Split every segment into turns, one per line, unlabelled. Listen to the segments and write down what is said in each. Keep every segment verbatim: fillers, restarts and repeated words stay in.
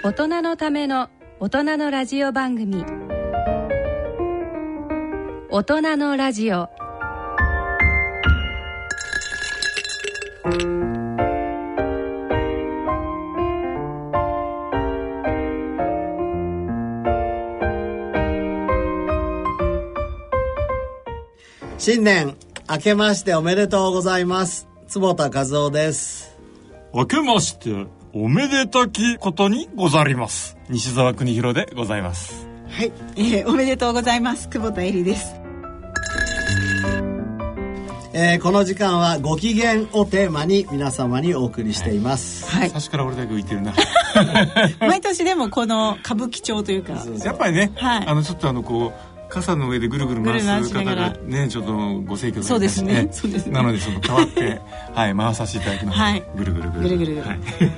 大人のための大人のラジオ番組、大人のラジオ。
新年明けましておめでとうございます。坪田和夫です。
明けましておめでたきことにござります。西澤邦弘でございます。
はい、えー、おめでとうございます。久保田恵里です。
えー、この時間はご機嫌をテーマに皆様にお送りしています。
はい、最初から俺だけ浮いてるな
毎年でもこの歌舞伎町というか、
そうそう、やっぱりね、はい、あのちょっとあのこう傘の上でぐるぐる回す方がね、ちょっとご盛況
そうですね。そうですね。
なのでその変わってはい回させていただきます。はい、ぐるぐるぐるぐるぐるぐる。はい。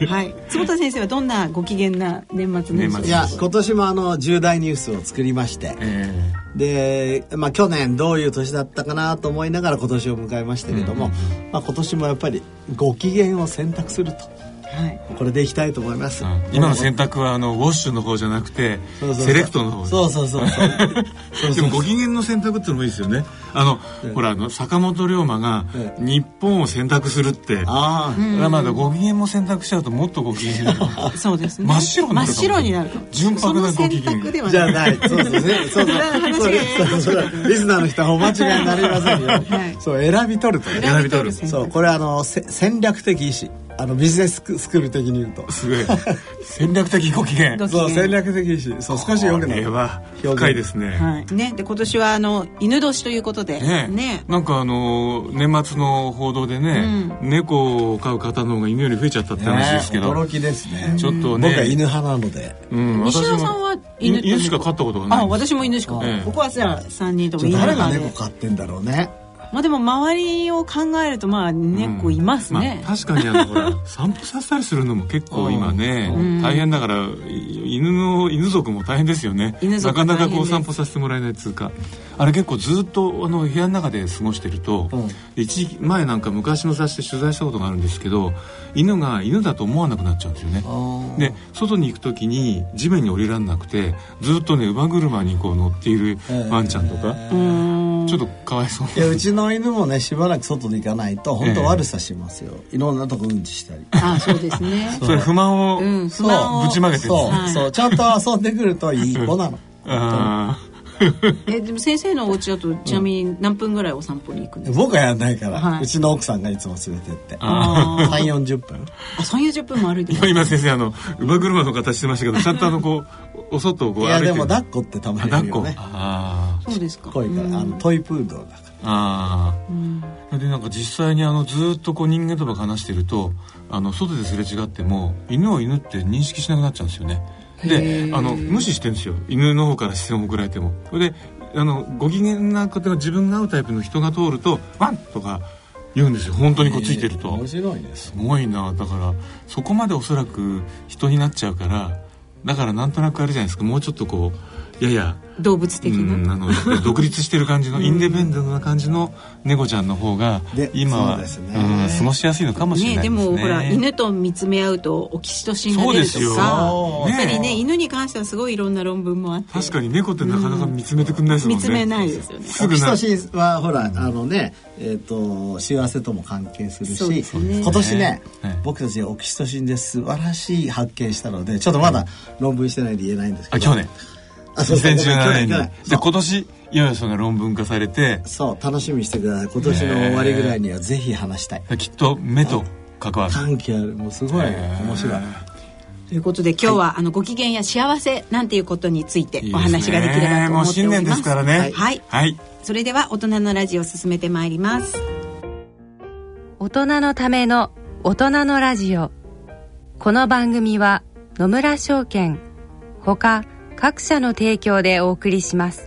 はい。
坪田先生はどんなご機嫌な年末年始？
いや今年もあの重大ニュースを作りまして、えー、でまあ去年どういう年だったかなと思いながら今年を迎えましたけども、うん、まあ今年もやっぱりご機嫌を選択すると。はい、これでいきたいと思います、うん、
今の選択はあのウォッシュの方じゃなくてそうそうそうセレクトの方。
そうそうそうそう
でもご機嫌の選択ってのもいいですよね。あの、うん、ほらあの坂本龍馬が日本を選択するって、うん、ああまだご機嫌も選択しちゃうともっとご機嫌になる
そうですね。
真っ白になる。
真っ白になる。
純白なご機嫌
じゃないそうですね。そうそうリスナーの人はお間違いになりませんよ、はい、そう選び取ると
選び取る。
そうこれあの戦略的意思、あのビジネススクール的に言うと
すごい戦略的ご機嫌
そう戦略的意思、そう少しよくなる。
これは深いですね。
はい、ねで今年はあの犬年ということで ね, ね
なんかあの年末の報道でね、うん、猫を飼う方の方が犬より増えちゃったって話ですけど、
ね、驚きですね。
ちょっとね
僕は犬派なので、
うん、西田さんは犬
犬しか飼ったことがない。
あ私も犬しか、ええ、ここはじゃあさんにんとも犬
誰が猫飼ってんだろうね。
まあでも周りを考えるとまあ猫いますね、
うんまあ、確かにあのほら散歩させたりするのも結構今ね、うん、大変だから犬の犬族も大変ですよね。なかなかこう散歩させてもらえないっていうか、あれ結構ずっとあの部屋の中で過ごしてると、うん、一時前なんか昔の雑誌で取材したことがあるんですけど、犬が犬だと思わなくなっちゃうんですよね。で外に行く時に地面に降りられなくてずっとね乳母車にこう乗っているワンちゃんとか、えー、ちょっとかわいそう。
いやうちの犬もねしばらく外に行かないと本当悪さしますよ、えー、いろんなとこうんちしたり。
あそうですね
それ不満を、うん、不満をぶちまけてる。
そう、はい、そうちゃんと遊んでくるといい子なの
あ
えでも先生のお家だとちなみに何分ぐらいお散歩に行くんですか？
僕はやんないから、はい、うちの奥さんがいつも連れてってさんじゅうよんじゅっぷん
あさんじゅうよんじゅっぷんも歩いて
今今先生あの乳母車の形してましたけどちゃんとあのこうお外をこう歩いてる。
いやでも抱っこってたまにいるよね。
あそうですか。
濃いからあのトイプードルだから。
ああでなんか実際にあのずっとこう人間とか話してるとあの外ですれ違っても犬を犬って認識しなくなっちゃうんですよね。であの無視してるんですよ、犬の方から視線を送られても。それであのご機嫌な方が自分が会うタイプの人が通るとワンとか言うんですよ。本当にこうついてると、えー、
面白いね。す
ごいな。だからそこまでおそらく人になっちゃうから、だからなんとなくあれじゃないですか、もうちょっとこうやや
動物的な、うん、
あの独立してる感じのインディペンデントな感じの猫ちゃんの方が今は、ねうん、過ごしやすいのかもしれないですね。
ねでもほら犬と見つめ合うとオキシトシンが出るとか、やっぱりね犬に関してはすごいいろんな論文もあって、
確かに猫ってなかなか見つめてくんないですもんね、うん、
見つめないですよね。
オキシトシンはほらあのね、えー、と幸せとも関係するし、ね、今年ね、はい、僕たちオキシトシンで素晴らしい発見したのでちょっとまだ論文してないんで言えないんですけど、
あ去年にせんじゅうななねんにで今年いよいよその論文化されて、
そう楽しみにしてください。今年の終わりぐらいにはぜひ話したい。
きっと目と関わる
関係ある。もうすごい面白い
ということで今日は、はい、あのご機嫌や幸せなんていうことについてお話ができればと思っております。
もう新年ですからね。
はい、はい、それでは大人のラジオを進めてまいります。
大人のための大人のラジオ。この番組は野村証券ほか各社の提供でお送りします。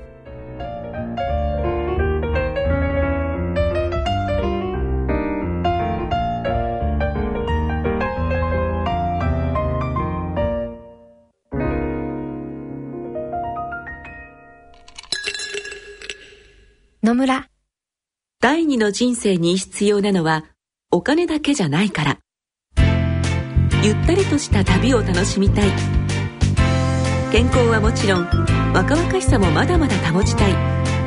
野村。第二の人生に必要なのはお金だけじゃないから。ゆったりとした旅を楽しみたい。 健康はもちろん若々しさもまだまだ保ちたい。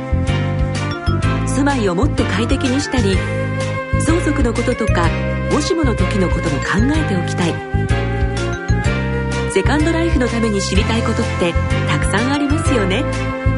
住まいをもっと快適にしたり、相続のこととかもしもの時のことも考えておきたい。セカンドライフのために知りたいことってたくさんありますよね。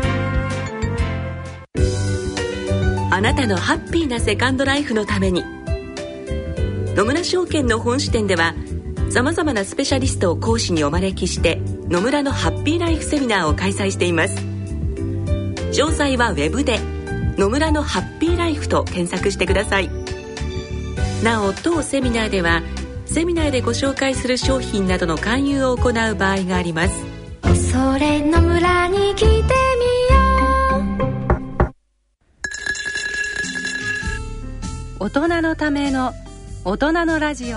あなたのハッピーなセカンドライフのために、野村証券の本支店ではさまざまなスペシャリストを講師にお招きして野村のハッピーライフセミナーを開催しています。詳細はウェブで野村のハッピーライフと検索してください。なお当セミナーではセミナーでご紹介する商品などの勧誘を行う場合があります。
それ野村に来てみよう。
大人のための大人のラジオ。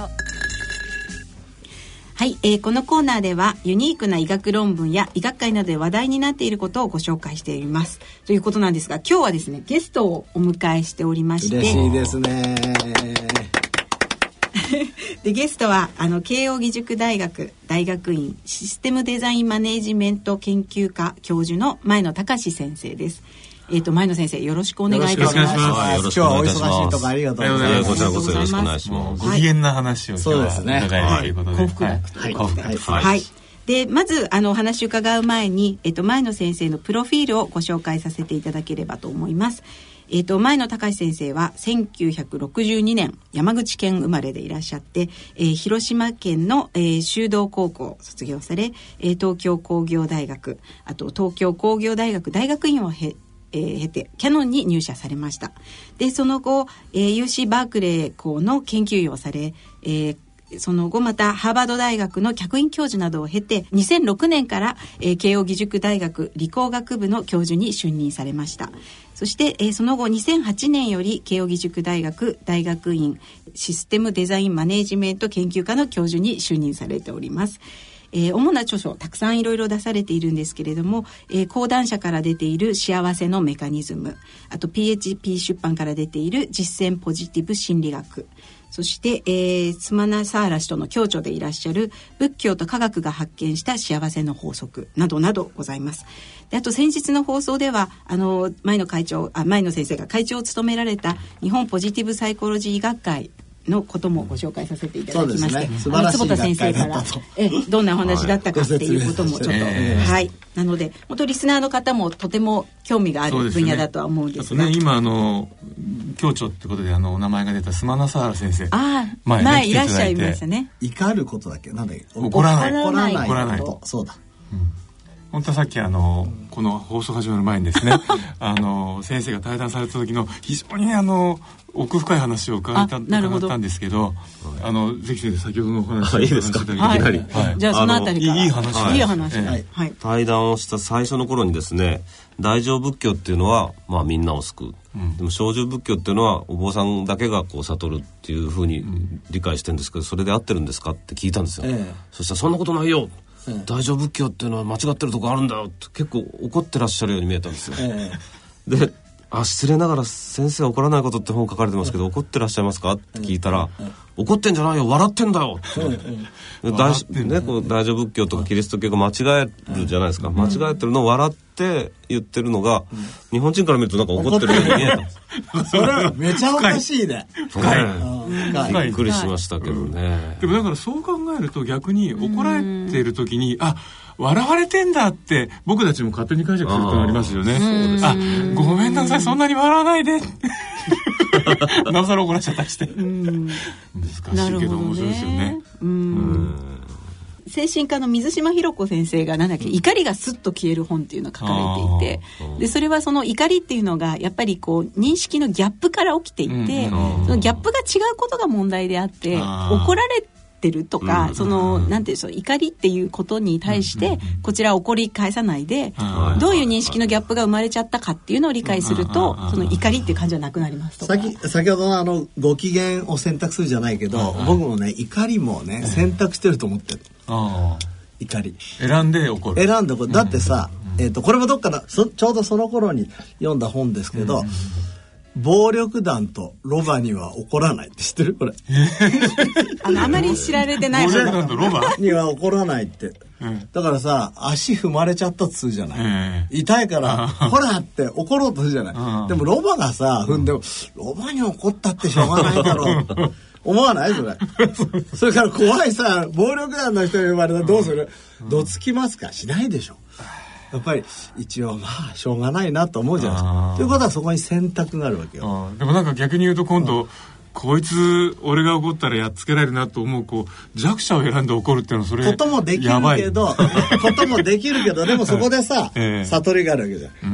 はい、えー、このコーナーではユニークな医学論文や医学会などで話題になっていることをご紹介していますということなんですが、今日はですねゲストをお迎えしておりまして、
嬉しいですね
でゲストはあの慶應義塾大学大学院システムデザインマネージメント研究科教授の前野隆先生です。えっ、ー、と前野先生よろしくお願いいたします。
よろしくお願いします。今日はお忙しいとこありがとうございます。
こちらこそよろしくお願いします。ご機嫌な話を今日は伺えるということで、
幸福学ということで、はい、はいはい、でまずあのお話を伺う前に、えっ、ー、と前野先生のプロフィールをご紹介させていただければと思います。えー、と前野隆先生はせんきゅうひゃくろくじゅうにねん山口県生まれでいらっしゃって、えー、広島県の、えー、修道高校を卒業され、えー、東京工業大学、あと東京工業大学大学院をへえー、経てキヤノンに入社されました。でその後、えー、ユーシー バークレー校の研究員をされ、えーその後またハーバード大学の客員教授などを経てにせんろくねんから、えー、慶應義塾大学理工学部の教授に就任されました。そして、えー、その後にせんはちねんより慶應義塾大学大学院システムデザインマネージメント研究科の教授に就任されております。えー、主な著書たくさんいろいろ出されているんですけれども、えー、講談社から出ている幸せのメカニズム、あと ピーエイチピー 出版から出ている実践ポジティブ心理学、そして、えー、スマナサーラ氏との共著でいらっしゃる仏教と科学が発見した幸せの法則などなどございます。であと先日の放送ではあの前野会長あ前野先生が会長を務められた日本ポジティブサイコロジー医学会のこともご紹介させていただきまして、ね、あの坪田先生からえどんなお話だったかっていうこともちょっと、はいはい、なので本当リスナーの方もとても興味がある分野だとは思うんですが、
ね、今あの共著ってことであのお名前が出たスマナサーラ先生、
あ前、ね、前いらっしゃいましたね。
怒ることだっけなんだっけ
怒らない
怒らない
怒らない
とそうだ、うん
本当はさっきあのこの放送始まる前にですねあの先生が対談された時の非常にねあの奥深い話を伺った伺ったんですけど、あのぜひ先生先ほどのお話を
いいですか、
はい、
はい、
じゃあそのあたりから
いい話、
はい、いい話、はい
はい、対談をした最初の頃にですね、大乗仏教っていうのは、まあ、みんなを救う、うん、でも小乗仏教っていうのはお坊さんだけがこう悟るっていうふうに理解してるんですけど、それで合ってるんですかって聞いたんですよ、ええ、そしたらそんなことないよ、大乗仏教っていうのは間違ってるとこあるんだよって結構怒ってらっしゃるように見えたんですよ、ええ、であ失礼ながら先生は怒らないことって本書かれてますけど、怒ってらっしゃいますかって聞いたら、怒ってんじゃないよ笑ってんだよって、大、ね、こう大乗仏教とかキリスト教が間違えるじゃないですか、間違えてるのを笑って言ってるのが、日本人から見るとなんか怒ってるように見えた
それはめちゃおかしいね
深い
深いびっくりしましたけどね、
でもだからそう考えると逆に怒られている時にあ笑われてんだって僕たちも勝手に解釈することがありますよね。あ、ごめんなさいそんなに笑わないでなおさら怒らせちゃったりして、難しいけど面白いですよね。うんうん
精神科の水島博子先生がなんだっけ、怒りがスッと消える本っていうのが書かれていて、でそれはその怒りっていうのがやっぱりこう認識のギャップから起きていて、そのギャップが違うことが問題であって怒られてるとか、そのなんていうの怒りっていうことに対してこちら怒り返さないで、どういう認識のギャップが生まれちゃったかっていうのを理解すると、その怒りっていう感じはなくなりますとか。
先, 先ほどのあのご機嫌を選択するじゃないけど、僕もね怒りもね選択してると思ってる。あ怒り
選んで怒る
選んで怒るだってさ、うんうんえー、とこれもどっかのそちょうどその頃に読んだ本ですけど、うんうん、 暴力団とロバには怒らないって知ってるこれ
あのあまり知られてない
暴力団とロバ
には怒らないって、うん、だからさ足踏まれちゃったっつうじゃない、えー、痛いからほらって怒ろうとするじゃない、でもロバがさ踏んでも、うん、ロバに怒ったってしょうがないだろう思わないそれそれから怖いさ暴力団の人に呼ばれたらどうする、うん、どつきますかしないでしょ。やっぱり一応まあしょうがないなと思うじゃないですか。ということはそこに選択があるわけよ。
でもなんか逆に言うと今度、うん、こいつ俺が怒ったらやっつけられるなと思うこう弱者を選んで怒るっていうのはそれ
こともできるけどこともできるけどでもそこでさ、えー、悟りがあるわけじゃん。うん、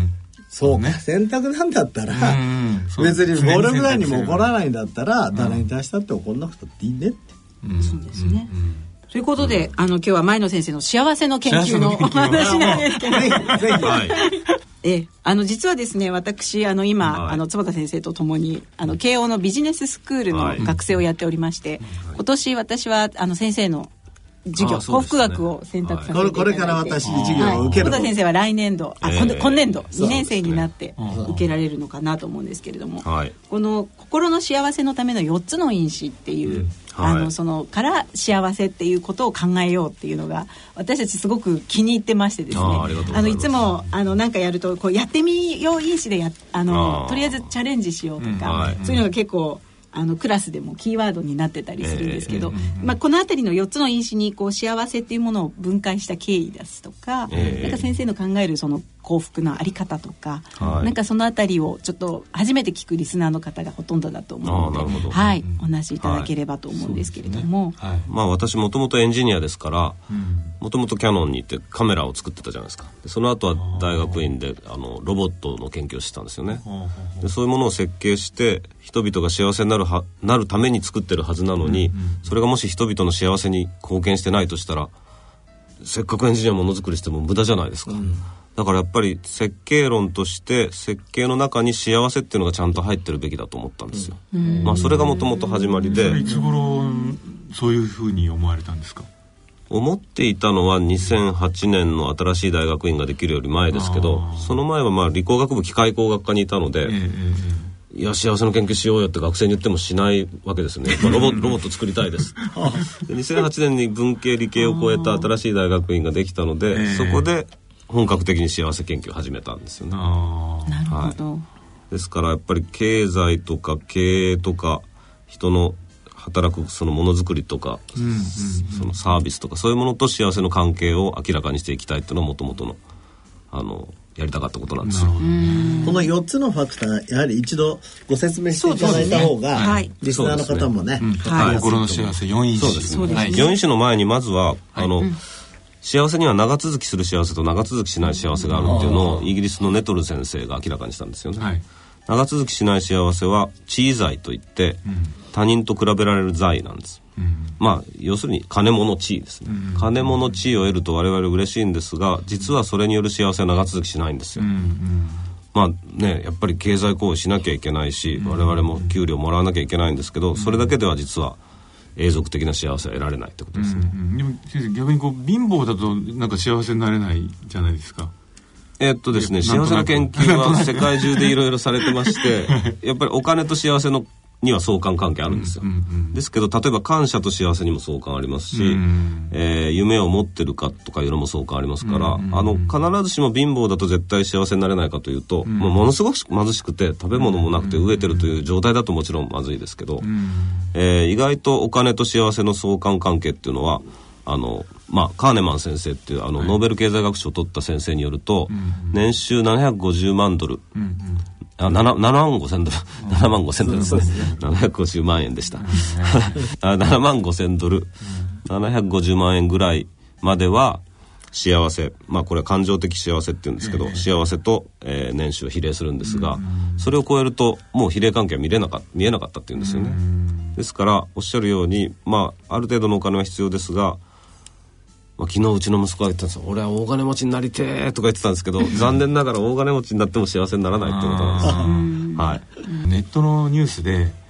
そうか、ね、選択なんだったら、うん、別に暴力団にも怒らないんだったら、うん、誰に対したって怒んなくたっていいねって、
うん、そうですね、うんうんということで、あの今日は前野先生の幸せの研究のお話なんですけど、ぜひぜひ、はい、えあの実はですね、私あの今、はい、あの坪田先生とともにあの慶応のビジネススクールの学生をやっておりまして、はい、今年私はあの先生の授業、幸福学を選択させていただいて、
これから私授業を受ける、
はい、先生は来年度、あ、えー、今年度にねん生になって受けられるのかなと思うんですけれども、はい、この心の幸せのためのよっつの因子っていう、うんはい、あのそのから幸せっていうことを考えようっていうのが私たちすごく気に入ってましてですね、ああのいつもあのなんかやるとこうやってみよう因子でやあのとりあえずチャレンジしようとか、うんはい、そういうのが結構あのクラスでもキーワードになってたりするんですけど、えーまあ、このあたりのよっつの因子にこう幸せっていうものを分解した経緯ですとか、えー、なんか先生の考えるその幸福のあり方とか、はい、なんかそのあたりをちょっと初めて聞くリスナーの方がほとんどだと思うので、はい、お話しいただければと思うんですけれども、
はいはい、まあ、私もともとエンジニアですからもともとキヤノンに行ってカメラを作ってたじゃないですか。でその後は大学院であのロボットの研究をしてたんですよね。でそういうものを設計して人々が幸せになるはなるために作ってるはずなのに、うんうんうん、それがもし人々の幸せに貢献してないとしたらせっかくエンジニアものづくりしても無駄じゃないですか、うん、だからやっぱり設計論として設計の中に幸せっていうのがちゃんと入ってるべきだと思ったんですよ、うん、まあ、それがもともと始まりで。
いつ頃そういうふうに思われたんですか？
思っていたのはにせんはちねんの新しい大学院ができるより前ですけど、その前はまあ理工学部機械工学科にいたので、えーえー、いや幸せの研究しようよって学生に言ってもしないわけですね、まあ、ロボ、ロボット作りたいですでにせんはちねんに文系理系を超えた新しい大学院ができたので、えー、そこで本格的に幸せ研究を始めたんですよね。
あ、なるほど、はい、
ですからやっぱり経済とか経営とか人の働くそのものづくりとか、うんうんうん、そのサービスとかそういうものと幸せの関係を明らかにしていきたいっていうのはもともとのあのやりたかったことなんですよ。
このよっつのファクターやはり一度ご説明していただいた方が、ね、はい、リスナーの方もね、
うん、はい、心の幸せよん因子
そうですね、はい、よん因子の前にまずは、はい、あの、うん、幸せには長続きする幸せと長続きしない幸せがあるっていうのをイギリスのネトル先生が明らかにしたんですよね、はい、長続きしない幸せは地位財といって、うん、他人と比べられる財なんです、うん、まあ要するに金物地位ですね、うん、金物地位を得ると我々嬉しいんですが実はそれによる幸せは長続きしないんですよ、うんうん、まあねやっぱり経済行為しなきゃいけないし、うん、我々も給料もらわなきゃいけないんですけど、うん、それだけでは実は永続的な幸せは得られないってことですね、うんうん、
でも先生逆にこう貧乏だとなんか幸せになれないじゃないですか。
えーっとですね、幸せの研究は世界中でいろいろされてましてやっぱりお金と幸せのには相関関係あるんですよ、うんうんうん、ですけど例えば感謝と幸せにも相関ありますし、うんうんえー、夢を持ってるかとかいうのも相関ありますから、うんうん、あの必ずしも貧乏だと絶対幸せになれないかというと、うん、もうものすごく貧しくて食べ物もなくて飢えてるという状態だともちろんまずいですけど、うんえー、意外とお金と幸せの相関関係っていうのはあのまあ、カーネマン先生っていうあの、はい、ノーベル経済学賞を取った先生によると、うんうん、年収ななひゃくごじゅうまんドル、うんうん、あ 7, 7万ごせんドルななまんごせんドルですね、ななひゃくごじゅうまんえんでしたななまんごせんドル、うん、ななひゃくごじゅうまんえんぐらいまでは幸せ、まあこれは感情的幸せっていうんですけど、えー、幸せと、えー、年収を比例するんですが、うんうん、それを超えるともう比例関係は見れなか見えなかったっていうんですよね、うん、ですからおっしゃるように、まあ、ある程度のお金は必要ですが、まあ、昨日うちの息子が言ったんですよ。俺は大金持ちになりてーとか言ってたんですけど残念ながら大金持ちになっても幸せにならないってことなんですよ、はい、
ネットのニュースで、はい、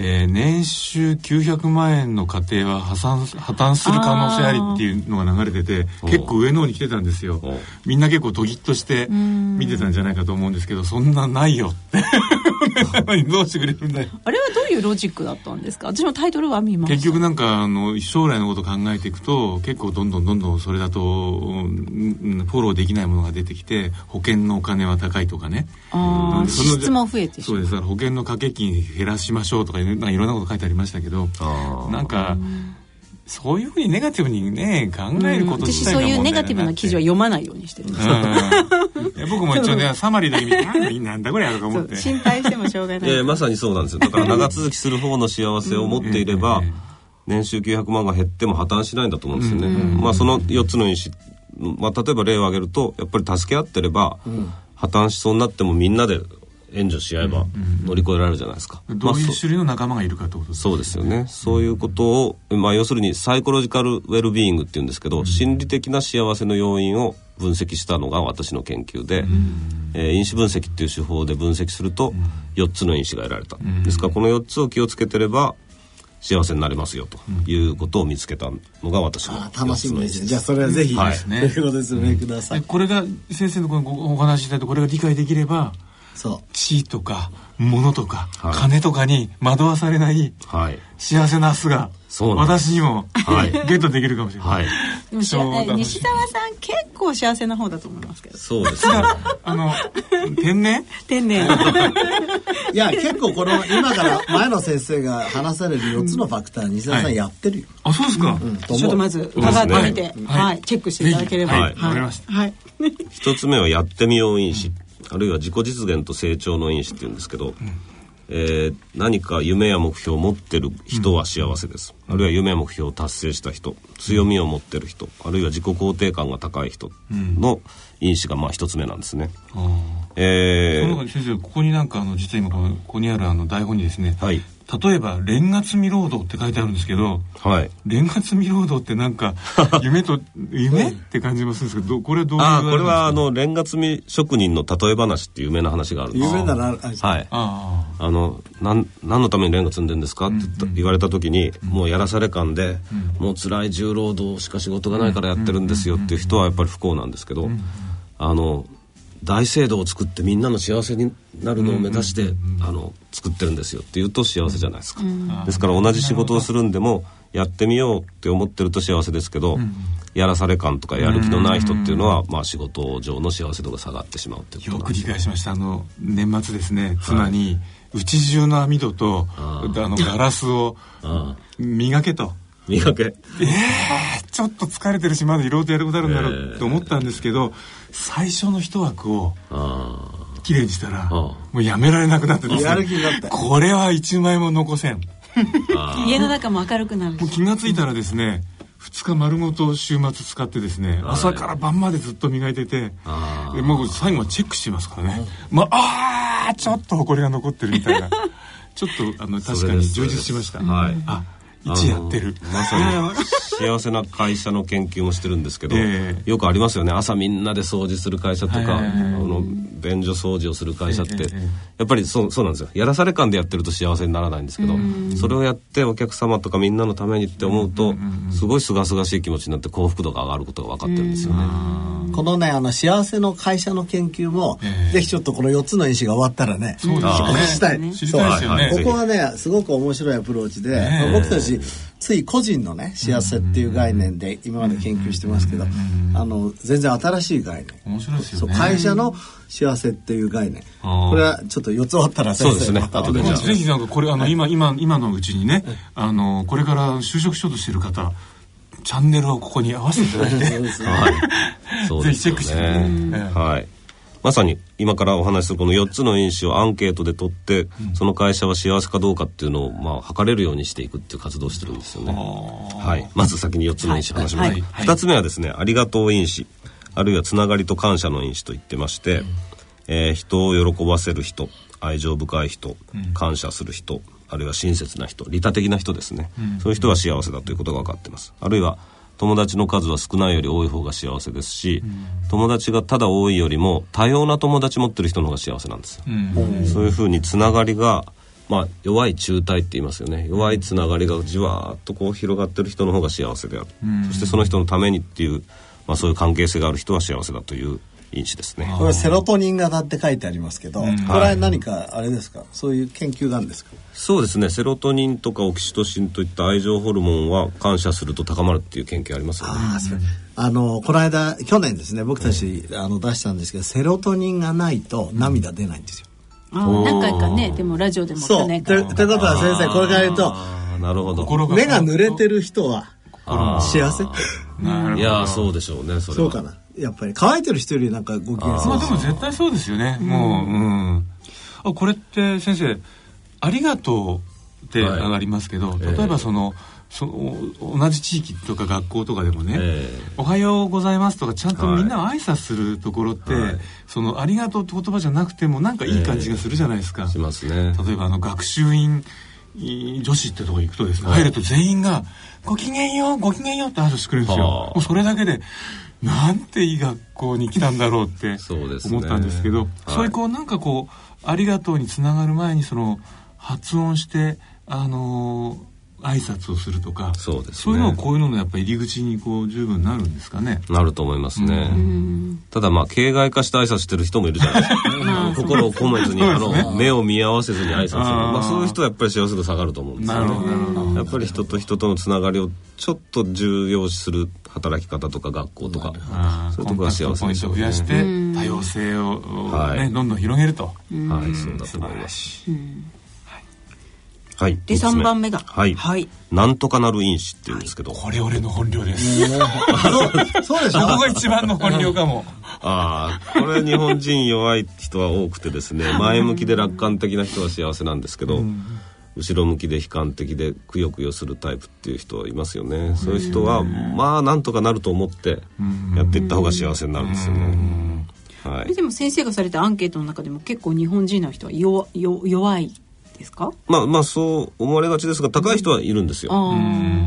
えー、年収きゅうひゃくまんえんの家庭は破産破綻する可能性ありっていうのが流れてて、結構上の方に来てたんですよ。みんな結構ドギッとして見てたんじゃないかと思うんですけど、そんなないよってどうしてくれるんだよ。
あれはどういうロジックだったんですか？私もタイトルは見ました。
結局なんかあの将来のことを考えていくと、結構どんどんどんどんそれだと、うん、フォローできないものが出てきて、保険のお金は高いとかね、
あ、うん、支出も増えてしまう。
そうです。だから保険の掛け金減らしましょうとか、なんかいろんなこと書いてありましたけど、なんかそういうふうにネガティブにね考えること自体が問題だなって、うん、私そういうネガティブな記事は読まないようにしてるんですよ、 うん、いや僕も一応ねサマリーだけ見てなんだこれやろと思って
心配してもしょうがない、
えー、まさにそうなんですよ。だから長続きする方の幸せを持っていれば、うん、年収きゅうひゃくまんが減っても破綻しないんだと思うんですよね、うん、まあそのよっつの因子、まあ、例えば例を挙げると、やっぱり助け合ってれば、うん、破綻しそうになってもみんなで援助し合えば乗り越えられるじゃないですか、
うんうん、どういう種類の仲間がいるかってことですか、
そうですよね。そういうことを、まあ、要するにサイコロジカルウェルビーイングっていうんですけど、うん、心理的な幸せの要因を分析したのが私の研究で、うん、えー、因子分析っていう手法で分析するとよっつの因子が得られた、うん、ですからこのよっつを気をつけてれば幸せになれますよということを見つけたのが私の、うん、
楽しみですね。じゃあそれはぜひ、はい、ということで説明ください、
うん、これが先生のこのお話しいただいてこれが理解できれば、そう地位とか物とか、はい、金とかに惑わされない幸せな明日が、私にも、はい、ゲットできるかもしれない、はい、
でも西澤さん結構幸せな方だと思いますけど。
そうですね
あの天然
天然
いや結構この今から前野先生が話されるよっつのファクター、西澤さんやってるよ、
はい、あそうですか、
うん、
ちょっとまず伺ってみて、ね、はいはい、チェックしていただければ。
はい、わ、はい、かりました、
はい、
一つ目はやってみよう因子、あるいは自己実現と成長の因子っていうんですけど、うん、えー、何か夢や目標を持ってる人は幸せです、うん、あるいは夢や目標を達成した人、強みを持ってる人、あるいは自己肯定感が高い人の因子がまあ一つ目なんですね、うん、えー、
この先生ここになんかあの実は今ここにあるあの台本にですね、
はい、
例えばレンガ積み労働って書いてあるんですけど、はい、レンガ積み労働ってなんか夢と夢って感じもするんですけど、これはどういうあ
これはあのレンガ積み職人の例え話っていう有名な話があるんです。
有名なら
はい、ああのなん何のためにレンガ積んでんですかって言われた時に、うん、もうやらされ感で、うん、もう辛い重労働しか仕事がないからやってるんですよっていう人はやっぱり不幸なんですけど、うん、あの大聖堂を作ってみんなの幸せになるのを目指して、うんうんうん、あの作ってるんですよっていうと幸せじゃないですか、うん、ですから同じ仕事をするんでもやってみようって思ってると幸せですけど、うん、やらされ感とかやる気のない人っていうのは、うん、まあ、仕事上の幸せ度が下がってしまうっていうことなんです。
よく理解しました。あの年末ですね、妻に家中の網戸と あ, あのガラスを磨けと
磨け
えー、ちょっと疲れてるしまだいろいろとやることあるんだろうと思ったんですけど、最初の一枠をきれいにしたらもうやめられなくなってですね、
やる気になった。
これはいちまいも残せん
家の中も明るくなる。
もう気がついたらですね、ふつか丸ごと週末使ってですね、朝から晩までずっと磨いてて、でもう最後はチェックしてますからね、まあ、あちょっと埃が残ってるみたいなちょっとあの確かに充実しました。はい、あ一やってる。
まさに幸せな会社の研究もしてるんですけど、えー、よくありますよね。朝みんなで掃除する会社とか、はいはいはい、あの便所掃除をする会社って、えーえー、やっぱりそう、そうなんですよ。やらされ感でやってると幸せにならないんですけど、それをやってお客様とかみんなのためにって思うと、すごいすがすがしい気持ちになって幸福度が上がることが分かってるんですよね。
このね、あの幸せの会社の研究も、えー、ぜひちょっとこのよっつの因子が終わったらね、
そうですね、
したい、
ね、知りたいですよね。
ここはねすごく面白いアプローチで、えー、僕たちつい個人のね幸せっていう概念で今まで研究してますけど、あの全然新しい概念、
面白いですよね。
そう、会社の幸せっていう概念、これはちょっとよっつ終わったら
先生、そうですね、後でじゃあ
ぜひなんかこれあの、はい、今今今のうちにね、あのこれから就職しようとしてる方、チャンネルをここに合わせていただいてはい、そうですよね、ぜひチェックしてね、
はい、まさに今からお話しするこのよっつの因子をアンケートで取って、うん、その会社は幸せかどうかっていうのを、まあ、測れるようにしていくっていう活動をしてるんですよね。はい、まず先によっつの因子話します、はいはい、ふたつめはですね、ありがとう因子、あるいはつながりと感謝の因子と言ってまして、うん、えー、人を喜ばせる人、愛情深い人、うん、感謝する人、あるいは親切な人、利他的な人ですね、うん、そういう人は幸せだということが分かっています。あるいは友達の数は少ないより多い方が幸せですし、うん、友達がただ多いよりも多様な友達持ってる人の方が幸せなんですよ、うん、そういうふうにつながりがまあ、弱い中帯って言いますよね。弱いつながりがじわーっとこう広がってる人の方が幸せである、うん、そしてその人のためにっていう、まあ、そういう関係性がある人は幸せだという因子ですね。
これセロトニン型って書いてありますけど、うん、これは何かあれですか、はい、そういう研究なんですか？
そうですね、セロトニンとかオキシトシンといった愛情ホルモンは感謝すると高まるっていう研究ありますよね。あ、そう、
あのこの間去年ですね僕たち、うん、あの出したんですけど、セロトニンがないと涙出ないんですよ。
あ、何回かね、でもラジオでも
そうということは先生これから言うと、
なるほど、
目が濡れてる人は幸せ。
いやそうでしょうね。それは
そうかな、やっぱり乾いてる人よりなんかご機嫌そう。
まあでも絶対そうですよね、うん、もう、うん、あ、これって先生ありがとうってありますけど、はい、例えばその、えー、その同じ地域とか学校とかでもね、えー、おはようございますとかちゃんとみんな挨拶するところって、はい、そのありがとうって言葉じゃなくてもなんかいい感じがするじゃないですか、えー、
しますね。
例えばあの学習院女子ってとこ行くとですね、はい、入ると全員がごきげんようごきげんようって挨拶してくれるんですよ。もうそれだけでなんていい学校に来たんだろうって思ったんですけど、 そうですね、はい、そういうこうなんかこうありがとうにつながる前にその発音してあのー挨拶をするとか、そうですね、そういうのをこういうののやっぱり入り口にこう十分なるんですかね。
なると思いますね。うん、ただまあ形骸化して挨拶してる人もいるじゃないですか心を込めずに、ね、あの目を見合わせずに挨拶する、まあ、そういう人はやっぱり幸せ度下がると思うんですよね。やっぱり人と人とのつながりをちょっと重要視する働き方とか学校とか、そういうところが幸せでしょうね。
コンタクトポイントを増やして多様性を、ね、はい、どんどん広げると、
はい、そうだと思います。はい、
でさんばんめが、
はい、はい、なんとかなる因子っていうんですけど、
はい、これ俺の本領です。
そうでしょ。
ここが一番の本領かも。
ああ、これ日本人弱い人は多くてですね、前向きで楽観的な人は幸せなんですけど、うん、後ろ向きで悲観的でくよくよするタイプっていう人はいますよね。そういう人はまあなんとかなると思ってやっていった方が幸せになるんですよね。
はい、でも先生がされたアンケートの中でも結構日本人の人は弱、弱いですか？
まあまあそう思われがちですが、高い人はいるんですよ。うん、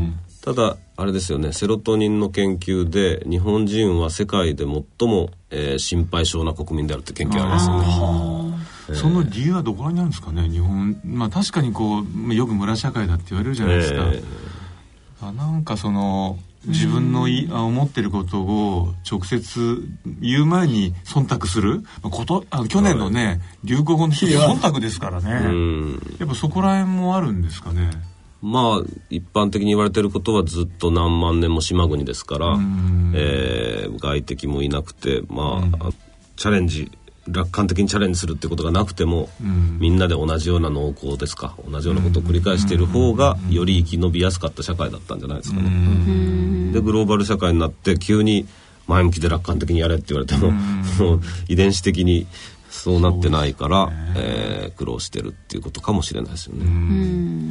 ただあれですよね、セロトニンの研究で日本人は世界で最も、えー、心配性な国民であるって研究ありますよね。
えー、その理由はどこにあるんですかね。日本、まあ確かにこうよく村社会だって言われるじゃないですか。えー、なんかその自分のい思ってることを直接言う前に忖度することあの去年のね、はい、流行語の忖度ですからね。うん、やっぱそこら辺もあるんですかね。
まあ一般的に言われていることはずっと何万年も島国ですから、えー、外敵もいなくて、まあ、チャレンジ楽観的にチャレンジするってことがなくても、うん、みんなで同じような農耕ですか、同じようなことを繰り返している方がより生き延びやすかった社会だったんじゃないですかね。うん、でグローバル社会になって急に前向きで楽観的にやれって言われても、うん、もう遺伝子的にそうなってないから、ね、えー、苦労してるっていうことかもしれないですよね。うん、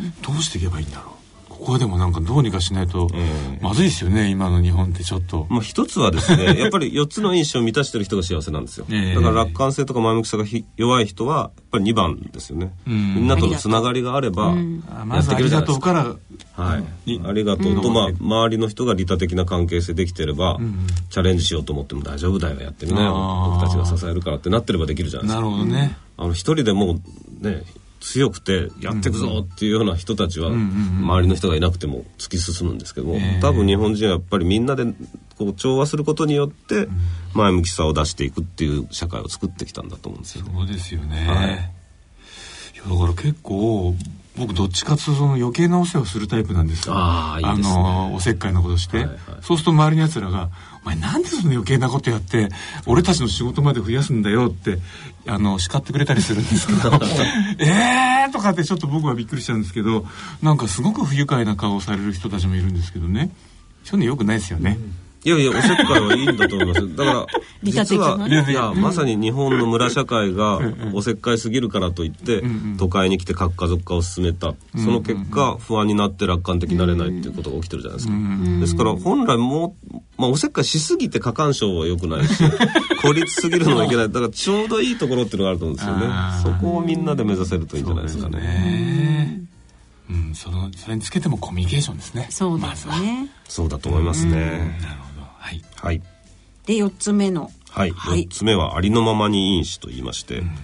どうしていけばいいんだろう。ここはでもなんかどうにかしないとまずいですよね、今の日本ってちょっと。
まあ一つはですね、やっぱりよっつの因子を満たしてる人が幸せなんですよ。だから楽観性とか前向きさが弱い人はやっぱりにばんですよね。みんなとのつながりがあればやっていけるじゃないですか。
まずありがとうから、
はい、ありがとうと、まあ周りの人が利他的な関係性できてれば、チャレンジしようと思っても大丈夫だよ、やってみなよ、僕たちが支えるからってなってればできるじゃないですか。
なるほどね。
あの一人でもうね強くてやっていくぞっていうような人たちは周りの人がいなくても突き進むんですけども、多分日本人はやっぱりみんなでこう調和することによって前向きさを出していくっていう社会を作ってきたんだと思うんですよね。
そうですよね。はい、いやだから結構僕どっちかというとその余計なお世話をするタイプなんですよ。ああ、いいですね。あのおせっかいなことして、はいはい、そうすると周りのやつらがお前なんでその余計なことやって俺たちの仕事まで増やすんだよってあの叱ってくれたりするんですけどえーとかってちょっと僕はびっくりしちゃうんですけど、なんかすごく不愉快な顔をされる人たちもいるんですけどね、そういうの良くないですよね。うん、
いやいやおせっかいはいいんだと思いますだから実はいやまさに日本の村社会がおせっかいすぎるからといって都会に来て核家族化を進めた、その結果不安になって楽観的になれないっていうことが起きてるじゃないですか。ですから本来もう、まあ、おせっかいしすぎて過干渉は良くないし孤立すぎるのはいけない。だからちょうどいいところっていうのがあると思うんですよね。そこをみんなで目指せるといいんじゃないですかね。
うん、そのそれにつけてもコミュニケーションですね。
そうですね。
そうだと思いますね。なる
ほど。はい。
はい。
でよっつめの、
はい、はい、よっつめはありのままに因子と言いまして、うん、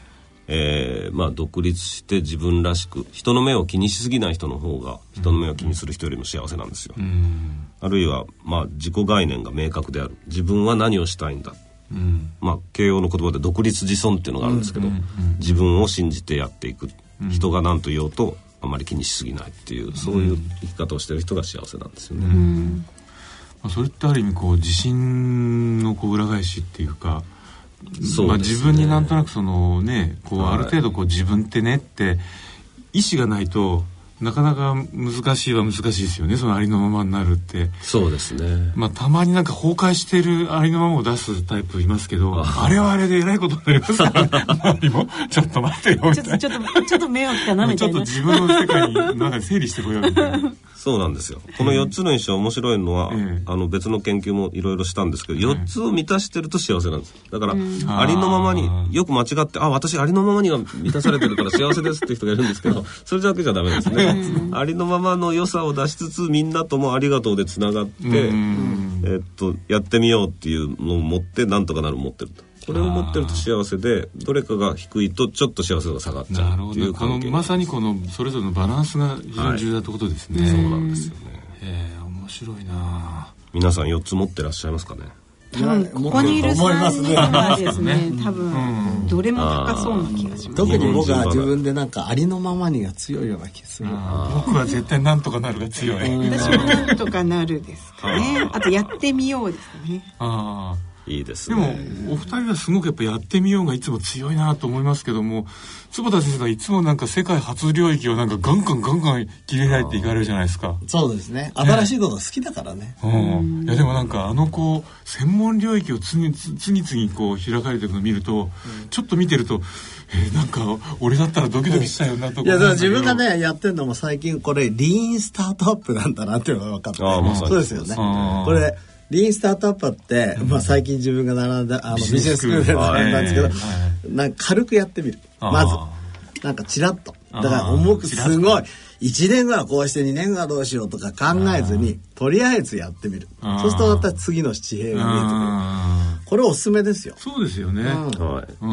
えーまあ、独立して自分らしく人の目を気にしすぎない人の方が人の目を気にする人よりも幸せなんですよ、うん、あるいは、まあ、自己概念が明確である。自分は何をしたいんだ、うんまあ、慶応の言葉で独立自尊っていうのがあるんですけど、うんうんうん、自分を信じてやっていく、うん、人が何と言おうとあまり気にしすぎないっていう、そういう生き方をしている人が幸せなんですよね、うん
まあ、それってある意味こう自信のこう裏返しっていうか、そうですね、まあ、自分になんとなくそのねこうある程度こう自分ってねって意思がないとなかなか難しいは難しいですよね。そのありのままになるって。
そうですね。
まあたまになんか崩壊してるありのままを出すタイプいますけど、あ, あれはあれでえらいことになりますからね。周りもちょっと待ってよみたいな。
ちょっとちょっと迷惑かなみたいな。
ちょっと自分の世界になんか整理してこようみたいな。
そうなんですよ。このよっつの印象面白いのは、えー、あの別の研究もいろいろしたんですけど、よっつを満たしてると幸せなんです。だから、うん、ありのままによく間違ってあ私ありのままにが満たされてるから幸せですって人がいるんですけど、それだけじゃダメですね。ありのままの良さを出しつつみんなともありがとうでつながって、えっとやってみようっていうのを持ってなんとかなる持ってると。これを持ってると幸せで、どれかが低いとちょっと幸せが下がっちゃうっていう関係。
このまさにこのそれぞれのバランスが非常に重要だってことですね、
はい、そうなんですよね。
えー、面白いな。
皆さんよっつ持ってらっしゃいますかね。
多分ここにいるさんにんはですね、多分どれも高そうな気がします。
特に僕は自分でなんかありのままにが強いような気がする。
僕は絶対なんとかなるが強い。
私もなんとかなるですかね。あとやってみようですかね。
ああ。
いいですね。
でもお二人はすごくやっぱやってみようがいつも強いなと思いますけども、坪田先生がいつもなんか世界初領域をなんかガンガンガンガン切り開いていかれるじゃないですか。
そうですね。新しいことが好きだからね。
うん、いやでもなんかあのこう専門領域を次々次々こう開かれていくのを見ると、うん、ちょっと見てるとえー、なんか俺だったらドキドキしたよなとか。
いやだから自分がねやってるのも最近これリーンスタートアップなんだなっていうのが分かって。ああ、まさにそうですよね。これリーンスタートアップって、うんまあ、最近自分が並んだあのビジネススクールで並んだんですけど、はい、なんか軽くやってみる。まずなんかチラッとだから重くすごいいちねんごはこうしてにねんごはどうしようとか考えずにとりあえずやってみる。そうするとまた次の地平が見えてくる。これおすすめですよ。
そうですよね、うん
はい
うん、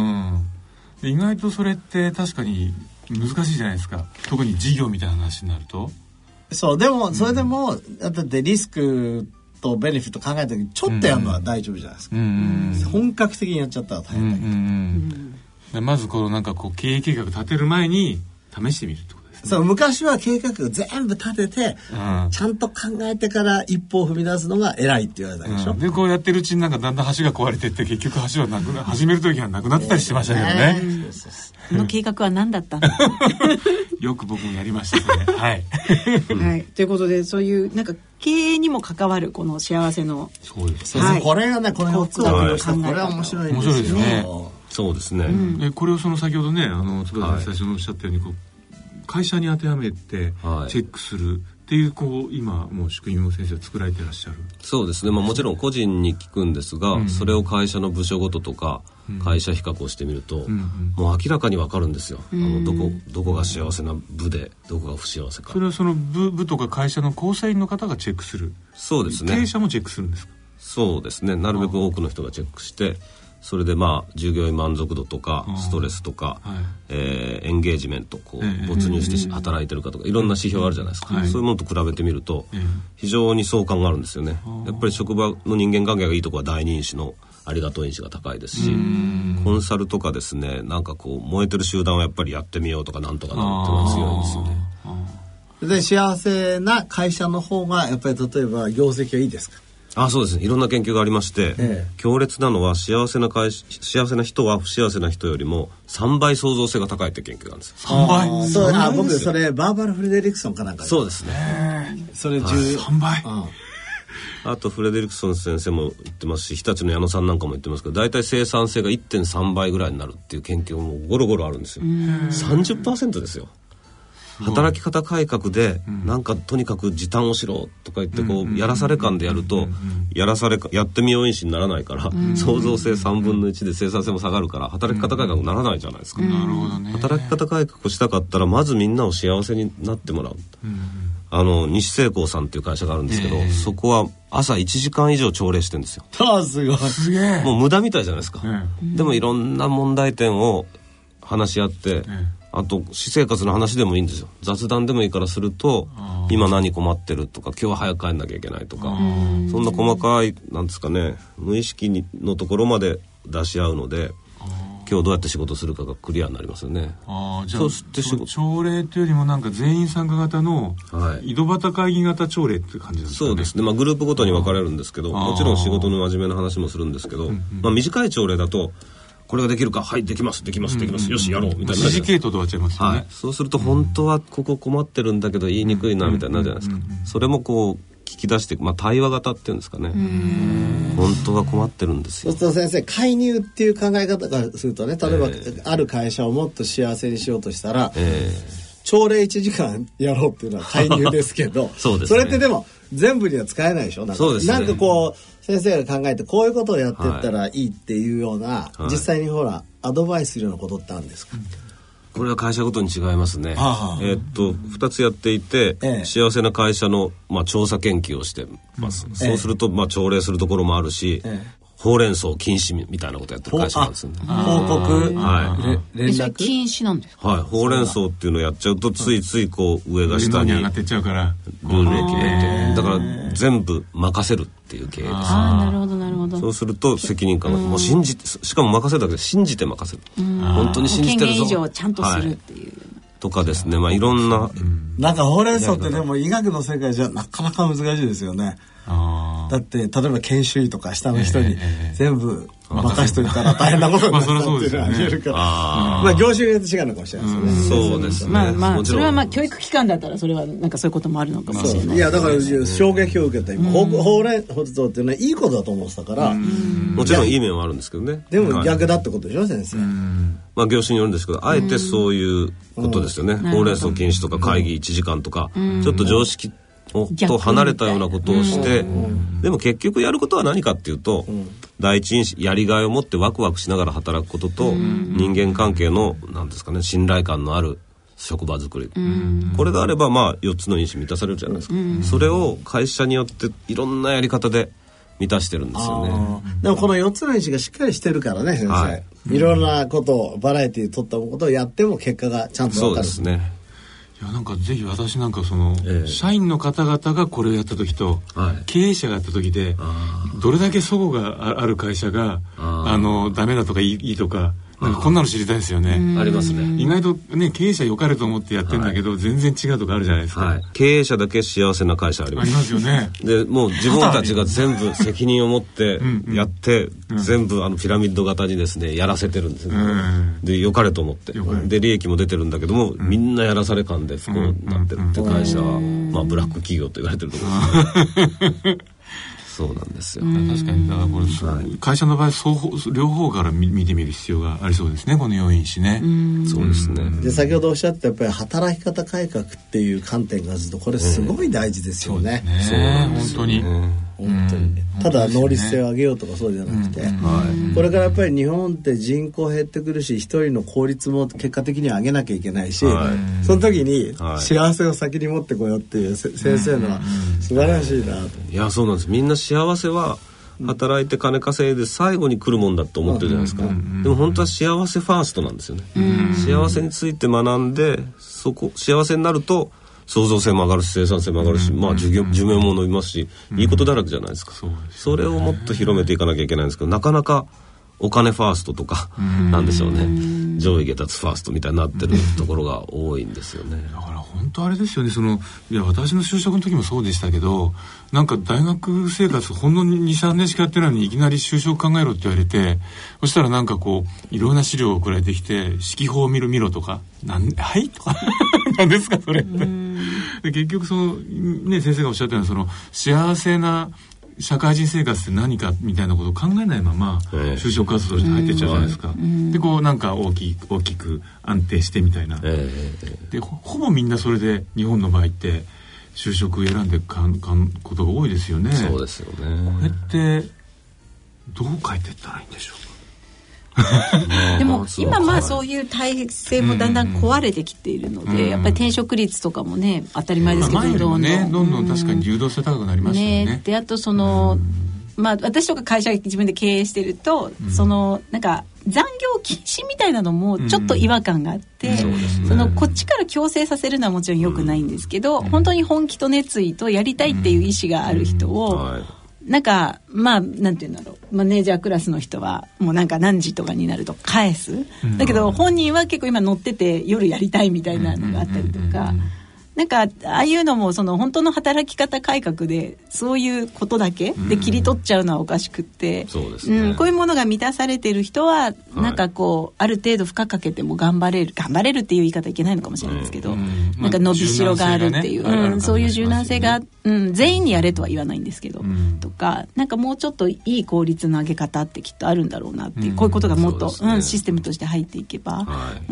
意外とそれって確かに難しいじゃないですか。特に事業みたいな話になると。
そうでもそれでも、うん、だってリスクとベネフィット考えた時にちょっとやるのは大丈夫じゃないですか、うんうん、本格的にやっちゃったら大変だけど、うんうん
うん、まずこのなんかこう経営計画立てる前に試してみるってことですね。
そう昔は計画全部立てて、うん、ちゃんと考えてから一歩を踏み出すのが偉いって言われたでしょ、うん、
でこうやってるうちになんかだんだん橋が壊れてって結局橋はなくな始める時はなくなってたりしてましたけどね、えー、
その計画は何だったの
よく僕もやりましたねはい、
はい、ということでそういうなんか経営にも関わるこの幸せの
そうです、
はい、これがねこれを考えたこれは面白いですね。
面白いですね。
そうですね、
うん、えこれをその先ほどねあの坪田さん最初におっしゃったようにこう会社に当てはめてチェックするっていうこう今もう仕組みも先生は作られていらっしゃる。
そうですね、まあ、もちろん個人に聞くんですが、うん、それを会社の部署ごととか会社比較をしてみると、うん、もう明らかに分かるんですよ、うん、あのどこどこが幸せな部でどこが不幸せか。
それはその 部, 部とか会社の構成員の方がチェックする。
そうですね。
経営者もチェックするんですか。
そうですね、なるべく多くの人がチェックしてそれでまあ従業員満足度とかストレスとか、はいえー、エンゲージメントこう、えー、没入して働いてるかとかいろんな指標あるじゃないですか、はい、そういうものと比べてみると、えー、非常に相関があるんですよね。やっぱり職場の人間関係がいいところは第二因子のありがとう因子が高いですし、コンサルとかですねなんかこう燃えてる集団はやっぱりやってみようとかなんとかなるっていうのが強いんですよね。
で幸せな会社の方がやっぱり例えば業績はいいですか。
あそうですね、いろんな研究がありまして、ええ、強烈なのは幸せな会幸せな人は不幸せな人よりもさんばい創造性が高いって研究があるんですよ。
さんばい。
そうあ僕それバーバラ・フレデリクソンかなんか。
そうですね。
それじゅう
さんばい、
うん、あとフレデリクソン先生も言ってますし日立の矢野さんなんかも言ってますけど大体生産性が いってんさんばいぐらいになるっていう研究もゴロゴロあるんですよ。 さんじゅっパーセント ですよ。働き方改革で、うん、なんかとにかく時短をしろとか言ってこうやらされ感でやるとやらされやってみよう因子にならないから、うん、創造性さんぶんのいちで生産性も下がるから働き方改革にならないじゃないですか、
うん、なるほどね。
働き方改革をしたかったらまずみんなを幸せになってもらう、うん、あの西成功さんっていう会社があるんですけど、えー、そこは朝いちじかん以上朝礼してるんですよ。
あすごい
すげえ。
もう無駄みたいじゃないですか、うん、でもいろんな問題点を話し合って、ええ、あと私生活の話でもいいんですよ。雑談でもいいからすると、今何困ってるとか、今日は早く帰んなきゃいけないとか、そんな細かいなんですかね、無意識のところまで出し合うので、今日どうやって仕事するかがクリアになりますよね。
あ、じゃあそうして仕事、朝礼というよりもなんか全員参加型の井戸端会議型朝礼っていう感じですかね。
そうですね、まあ、グループごとに分かれるんですけど、もちろん仕事の真面目な話もするんですけど、うんうん、まあ、短い朝礼だとこれができるか、はいできますできますできます、うんうん、よしやろうみたいな、
指示系統とは違いますよね、はい、
そうすると本当はここ困ってるんだけど言いにくいなみたいになるじゃないですか。それもこう聞き出して、まあ、対話型っていうんですかね。本当は困ってるんですよ。
そうすると先生、介入っていう考え方からするとね、例えば、えー、ある会社をもっと幸せにしようとしたら、えー、朝礼いちじかんやろうっていうのは介入ですけど
そうですね、
それってでも全部には使えないでしょ。なんか、そうですね、なんかこう先生が考えてこういうことをやっていったらいいっていうような、はい、実際にほらアドバイスするようなことってあるんですか。
これは会社ごとに違いますね。はあ、えー、っとふたつやっていて、ええ、幸せな会社の、まあ、調査研究をしてます、うん、そうすると、まあ、朝礼するところもあるし、ええ、ほうれん草禁止みたいなことやってる会社なんですよね。
報告、
はい、連絡禁止なんですか。
はい、ほうれん草っていうのをやっちゃうとついついこう上が下に
上がってっちゃうから
ルールを決めて、だから全部任せるっていう経営です。
ああ、なるほどなるほど。
そうすると責任感がもう信じて、しかも任せるだけで信じて任せる、本当に信じてるぞ、
権限以上ちゃんとするっていう、はい、
とかですね、まあいろんな、
うん、なんかほうれん草ってでも医学の世界じゃなかなか難しいですよね。あ、だって例えば研修医とか下の人に全部任しといたら大変なことになるっていうのが見えるから、まあ業種によって違うのかもしれないですね。
そうですね。
まあまあそれはまあ教育機関だったらそれはなんかそういうこともあるのかもしれない。
いやだから衝撃を受けた今、ほうれん草っていうのはいいことだと思ってたから、
もちろんいい面はあるんですけどね。
でも逆だってことでしょ先生。
まあ業種によるんですけど、あえてそういうことですよね。ほうれん草禁止とか会議いちじかんとか、ちょっと常識と離れたようなことをして、でも結局やることは何かっていうと、第一印象、やりがいを持ってワクワクしながら働くことと、人間関係のなんですかね、信頼感のある職場作り、これがあればまあよっつの因子満たされるじゃないですか。それを会社によっていろんなやり方で満たしてるんですよね。
でもこのよっつの因子がしっかりしてるからね先生、はい、いろんなことをバラエティー取ったことをやっても結果がちゃんと分かる。
そうですね。
いやなんかぜひ私なんかその、ええ、社員の方々がこれをやった時と、はい、経営者がやった時でどれだけ齟齬がある会社があのダメだとかいいとか、なんかこんなの知りたいですよね。
ありますね。
意外とね経営者良かれと思ってやってんだけど、はい、全然違うとかあるじゃないですか、はい、
経営者だけ幸せな会社あります。
ありますよね。
でもう自分たちが全部責任を持ってやってうん、うん、全部あのピラミッド型にですねやらせてるんですね、うん、で良かれと思ってで利益も出てるんだけども、うん、みんなやらされ感で不幸になってるって会社は、まあ、ブラック企業と言われてるところですね。そうなんですよ。
確かにだからこれ、はい、会社の場合双方両方から見、見てみる必要がありそうですね、この要因子ね。
そうですね。
で先ほどおっしゃったやっぱり働き方改革っていう観点からするとこれすごい大事ですよね。
えー、そうなんですよね。
本当に。本当に、ただ能率性を上げようとかそうじゃなくて、これからやっぱり日本って人口減ってくるし一人の効率も結果的には上げなきゃいけないし、はい、その時に幸せを先に持ってこようっていう先生のは素晴らしいなと。
いやそうなんです。みんな幸せは働いて金稼いで最後に来るもんだと思ってるじゃないですか。でも本当は幸せファーストなんですよね。幸せについて学んでそこ幸せになると創造性も上がるし生産性も上がるし、うん、まあ寿命、寿命も伸びますし、うん、いいことだらけじゃないですか。そうですね。それをもっと広めていかなきゃいけないんですけど、なかなかお金ファーストとか、うん、なんでしょうね、上位下達ファーストみたいになってるところが多いんですよね。
だから本当あれですよね。そのいや私の就職の時もそうでしたけど、なんか大学生活ほんの にさんねんしかやってないのにいきなり就職考えろって言われて、そしたらなんかこういろんな資料を送られてきて指揮法を見る見ろとか、なんはいとかなんですかそれって。で結局そのね先生がおっしゃったようなその幸せな社会人生活って何かみたいなことを考えないまま就職活動に入ってっちゃうじゃないですか。でこうなんか大きく大きく安定してみたいな。で ほ, ほぼみんなそれで日本の場合って就職選んでかんかんことが多いですよね。
そうですよね。
これってどう変えていったらいいんでしょうか。
でも今まあそういう体制もだんだん壊れてきているので、うんうん、やっぱり転職率とかもね当たり前ですけど、
まあ、どんどん、ね、どんどん確かに流動性高くなりましたよね。ねであとその、うん、まあ私とか会社自分で経営してると、うん、そのなんか
残業禁止みたいなのもちょっと違和感があって、うん、 そ, ね、そのこっちから強制させるのはもちろん良くないんですけど、うん、本当に本気と熱意とやりたいっていう意思がある人を、うんはい、なんかまあなんていうんだろう、マネージャークラスの人はもうなんか何時とかになると返す、うん、だけど本人は結構今乗ってて夜やりたいみたいなのがあったりとか、なんかああいうのもその本当の働き方改革でそういうことだけで切り取っちゃうのはおかしくって、うんそうですねうん、こういうものが満たされてる人はなんかこう、はい、ある程度負荷かけても頑張れる頑張れるっていう言い方いけないのかもしれないですけど、うん、なんか伸びしろがあるっていう、まあねうん、そういう柔軟性が、うん、全員にやれとは言わないんですけど、うん、とかなんかもうちょっといい効率の上げ方ってきっとあるんだろうなっていう、うん、こういうことがもっと、うねうん、システムとして入っていけば、はいうん、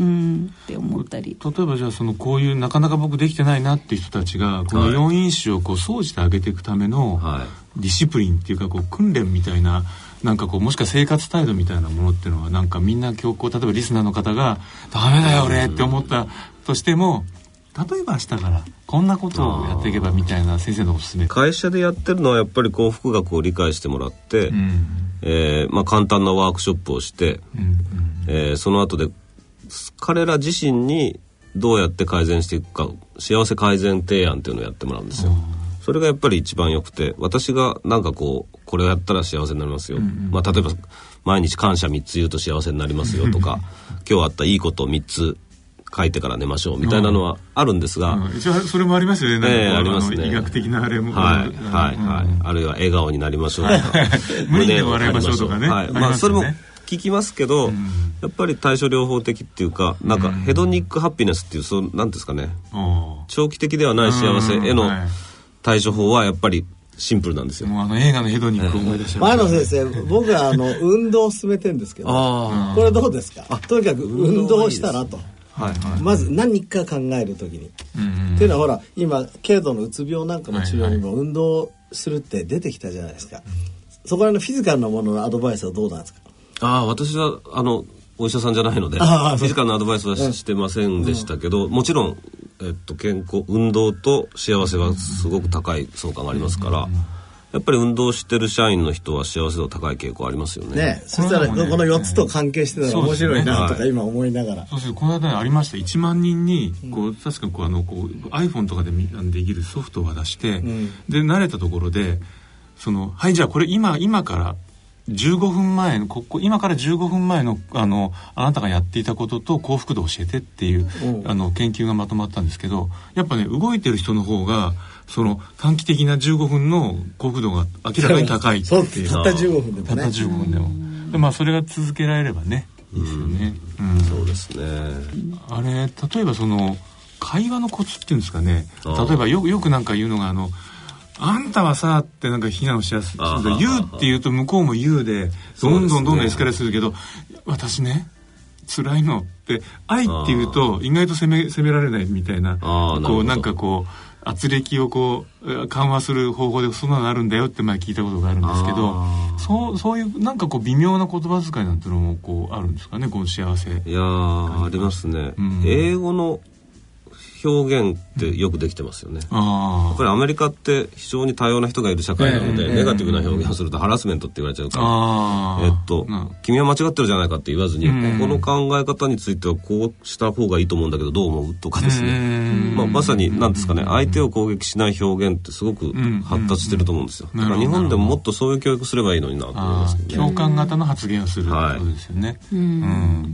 って思ったり、
例えばじゃあそのこういうなかなか僕できてないなっていう人たちがこの四因子をこう総じて上げていくためのディシプリンっていうかこう訓練みたいな、なんかこうもしくは生活態度みたいなものっていうのはなんかみんな今日こう例えばリスナーの方がダメだよ俺って思ったとしても、例えば明日からこんなことをやっていけばみたいな先生のおすすめ。
会社でやってるのはやっぱり幸福学を理解してもらって、うんえーまあ、簡単なワークショップをして、うんうんえー、その後で彼ら自身にどうやって改善していくか幸せ改善提案っていうのをやってもらうんですよ。それがやっぱり一番良くて、私がなんかこうこれをやったら幸せになりますよ、うんうんまあ、例えば毎日感謝みっつ言うと幸せになりますよとか今日あったいいことをみっつ書いてから寝ましょうみたいなのはあるんですが、
うん、一応それもありますよね。
えー、ありますね。
医学的なあれも
はいはいはい、うん、あるいは笑顔になりましょうとか
無理に笑いましょうとかね、
はいまあ、それも聞きますけど、うん、やっぱり対処療法的っていうかなんかヘドニックハッピネスっていうそうなんですかね、うん、長期的ではない幸せへの対処法はやっぱりシンプルなんですよ。
もうあの映画のヘドニックを思い出しちゃう。
前野先生、僕はあの運動を進めてるんですけどこれどうですか。とにかく運動をしたらと、はいはい、まず何か考えるときに、うんうん、っていうのはほら今軽度のうつ病なんかの治療にも運動するって出てきたじゃないですか、はいはい、そこらのフィジカルなもののアドバイスはどうなんですか。
ああ私はあのお医者さんじゃないのでフィジカルのアドバイスはしてませんでしたけど、うん、もちろん、えっと、健康運動と幸せはすごく高い相関がありますから、うん、やっぱり運動してる社員の人は幸せ度高い傾向ありますよね。
ねそしたらこのよっつと関係してたら面白いなとか今思いながら、
そうですね、この間ありましたいちまんにんにこう確かこうあのこう iPhone とかでできるソフトを渡して、うん、で慣れたところでそのはいじゃあこれ今今からじゅうごふんまえのここ今からじゅうごふんまえのあのあなたがやっていたことと幸福度を教えてっていうあの研究がまとまったんですけど、やっぱね動いてる人の方がその短期的なじゅうごふんの幸福度が明らかに高いっていう。
そうたったじゅうごふんでもね。
たったじゅうごふんでも。でまあそれが続けられればねいいですよね。
うん、うん、そうですね。
あれ例えばその会話のコツっていうんですかね。例えばよくよくなんか言うのがあの。あんたはさってなんか非難をしやすい。言うって言うと向こうも言うでどんどんどんどんエスカレートするけど、私ね辛いのって愛って言うと意外と責め責められないみたいな、こうなんかこう圧力をこう緩和する方法でそんなのあるんだよって前聞いたことがあるんですけど、そうそういうなんかこう微妙な言葉遣いなんていうのもこうあるんですかね。こう幸せ。
いやありますね、うん、英語の表現ってよくできてますよね、うん、あやっぱりアメリカって非常に多様な人がいる社会なので、えー、ネガティブな表現をするとハラスメントって言われちゃうから、あえっと、うん、君は間違ってるじゃないかって言わずに、うん、この考え方についてはこうした方がいいと思うんだけどどう思うとかですね、まあ、まさに何ですかね相手を攻撃しない表現ってすごく発達してると思うんですよ。だから日本でももっとそういう教育すればいいのになと思いますけどね。
共感型の発言をすることですよね、はいうん、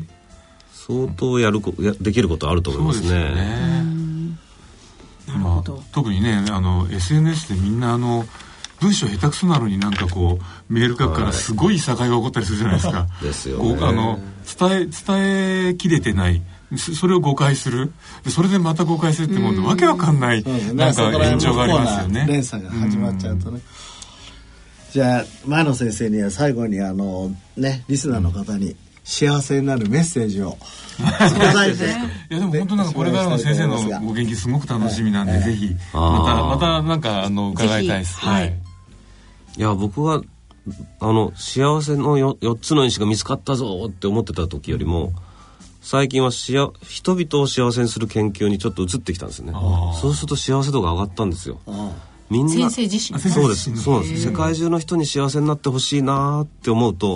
相当やるこやできることあると思いますね。そうですよね。
まあ、特にねあの エスエヌエス でみんなあの文章下手くそなのになんかこうメール書くからすごい差が起こったりするじゃないですか。
ですよね。
こうあの伝え伝えきれてないそれを誤解するそれでまた誤解するってもうわけわかんない、うん、なんか延長がありますよね。
連鎖が始まっちゃうとね、うん、じゃあ前野先生には最後にあのねリスナーの方に幸せになるメッセージを
いやでも本当なんかこれからの先生のご元気すごく楽しみなんで、はい、ぜひまたまたなんかあの伺いたいです。はい、
いや僕はあの幸せの よ, よっつの因子が見つかったぞって思ってた時よりも最近はしや人々を幸せにする研究にちょっと移ってきたんですね。そうすると幸せ度が上がったんですよ。みんな
先生自身
そうですそうです。世界中の人に幸せになってほしいなって思うと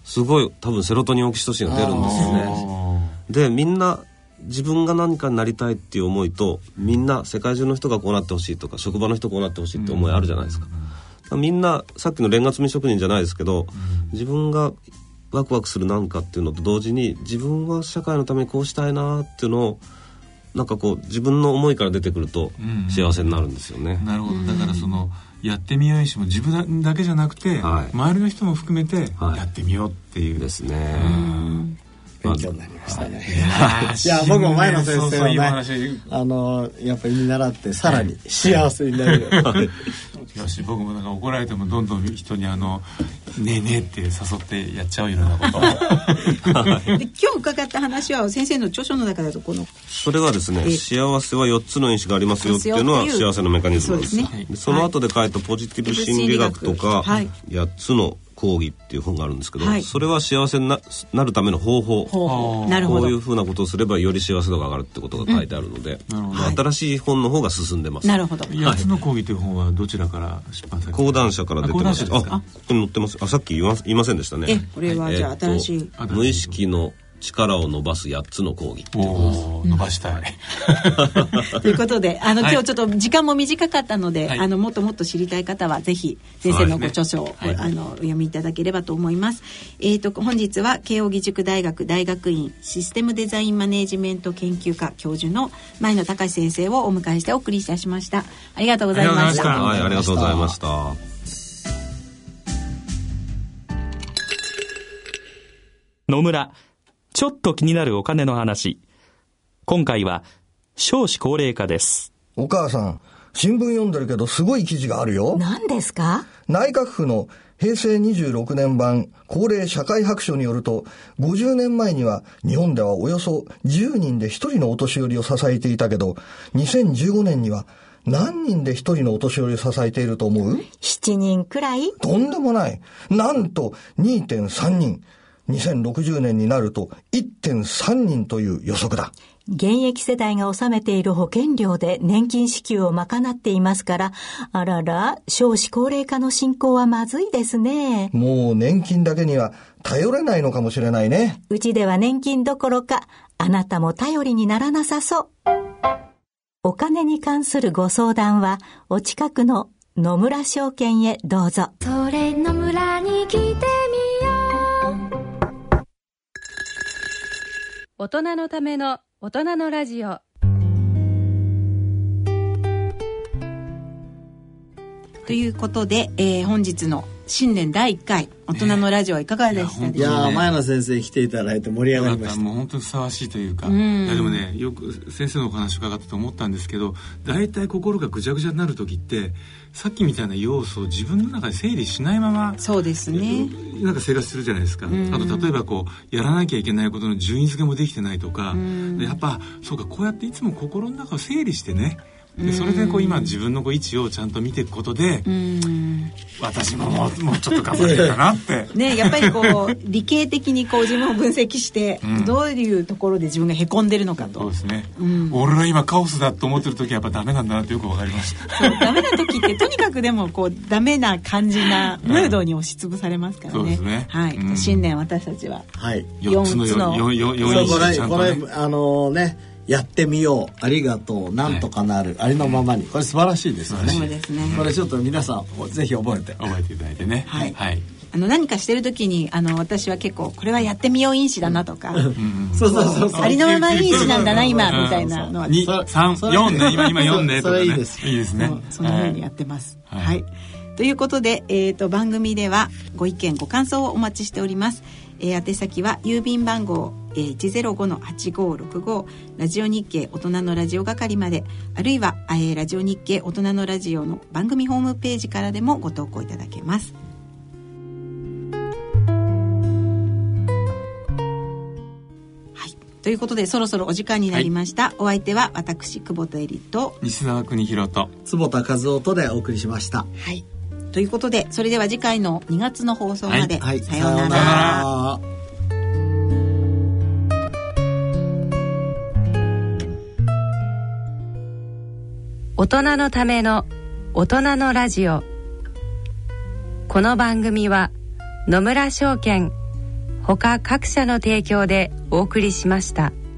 すごい多分セロトニンオキシトシンが出るんですよね。でみんな自分が何かになりたいっていう思いと、みんな世界中の人がこうなってほしいとか職場の人こうなってほしいって思いあるじゃないですか。みんなさっきのレンガ積み職人じゃないですけど、自分がワクワクするなんかっていうのと同時に、自分は社会のためにこうしたいなっていうのをなんかこう自分の思いから出てくると幸せになるんですよね。
なるほど。だからそのやってみようしも自分だけじゃなくて、はい、周りの人も含めてやってみようっていう、
はい、ですね。
うん勉強になりましたね。いや僕も前の先生のね、あのやっぱり見習ってさらに幸せになるように。
よし、僕もなんか怒られてもどんどん人にあのねえねえって誘ってやっちゃうようなことで
今日伺った話は先生の著書の中だとこの
それがですね、えー、幸せはよっつの因子がありますよっていうのは幸せのメカニズムです。そうですね。その後で書いたポジティブ心理学とか、はい、やっつの講義っていう本があるんですけど、はい、それは幸せに な, なるための方法、方法なるほど、こういうふうなことをすればより幸せ度が上がるってことが書いてあるので、うん、新しい本の方が進んでます。
なるほど。
やっつの講義という本はどちらから出版されてますか？
講談社から出てます。あ、ここに載ってます。あ、さっき言い ま, 言いませんでしたね。
え、これはじゃあ新しい、
えー、無意識の力を伸ばすやっつの講義。
お伸ばしたい。
ということで、あの、はい、今日ちょっと時間も短かったので、はい、あのもっともっと知りたい方はぜひ先生のご著書を、ね、はい、あのお読みいただければと思います。えっと本日は慶應義塾大学大学院システムデザインマネジメント研究科教授の前野隆先生をお迎えしてお送りいたしました。ありがとうございました。
はい、ありがとうございました。
野村、ちょっと気になるお金の話。今回は少子高齢化です。
お母さん、新聞読んでるけどすごい記事があるよ。
何ですか？
内閣府の平成にじゅうろくねん版高齢社会白書によると、ごじゅうねんまえには日本ではおよそじゅうにんでひとりのお年寄りを支えていたけど、にせんじゅうごねんには何人でひとりのお年寄りを支えていると思う？
ななにんくらい？
とんでもない。なんと にてんさんにん。にせんろくじゅうねんになると いってんさんにんという予測だ。
現役世代が納めている保険料で年金支給を賄っていますから、あらら、少子高齢化の進行はまずいですね。
もう年金だけには頼れないのかもしれないね。
うちでは年金どころか、あなたも頼りにならなさそう。お金に関するご相談はお近くの野村証券へどうぞ。
それ野村に来てみよう。
大人のための大人のラジオ。
ということで、えー、本日の新年だいいっかい大人のラジオはいかがでしたでしょうか？
いや、前野先生来ていただいて盛り上がりました。
もう本当にふさわしいというか、うん、いやでもね、よく先生のお話を伺ってと思ったんですけど、大体心がぐちゃぐちゃになる時ってさっきみたいな要素を自分の中で整理しないまま、
そうですね、
なんか生活するじゃないですか、うん、あと例えばこうやらなきゃいけないことの順位付けもできてないとか、うん、やっぱそうか、こうやっていつも心の中を整理してね、でそれでこう今自分のこう位置をちゃんと見ていくことで、うん、私ももう、もうちょっと頑張れるかなって
ね、やっぱりこう理系的にこう自分を分析して、うん、どういうところで自分がへこんでるのかと。
そうですね、うん、俺は今カオスだと思ってる時はやっぱダメなんだなってよく分かりました。
そう、ダメな時ってとにかくでもこうダメな感じなムードに押しつぶされますからね、うん、そうですね、はい、うん、新年私たちは、
はい、
よっつのよん
ちゃんとね、これあのね、やってみよう、ありがとう、なんとかなる、はい、ありのままに、これ素晴らしいですよね。
そうですね。
これちょっと皆さんぜひ覚えて
覚えていただいてね。
はい。はい、あの何かしてる時に、あの私は結構これはやってみよう因子だなとか、
そうそうそうそう、
ありのまま因子なんだな今みたいなのは、
に、さん、よんね、今今よんねとかね。
それいいです。
いいですね。
そのようにやってます。はい。はい、ということで、えーと番組ではご意見ご感想をお待ちしております。えー、宛先は郵便番号、えー、いちゼロごのはちごろくご ラジオ日経大人のラジオ係まで、あるいは、えー、ラジオ日経大人のラジオの番組ホームページからでもご投稿いただけます。はい、ということでそろそろお時間になりました、はい、お相手は私久保田恵里と
西澤邦弘と
坪田和夫とでお送りしました。
はい、ということで、それでは次回のにがつの放送まで、
はいはい、
さようなら。
大人のための大人のラジオ。この番組は野村証券、 他各社の提供でお送りしました。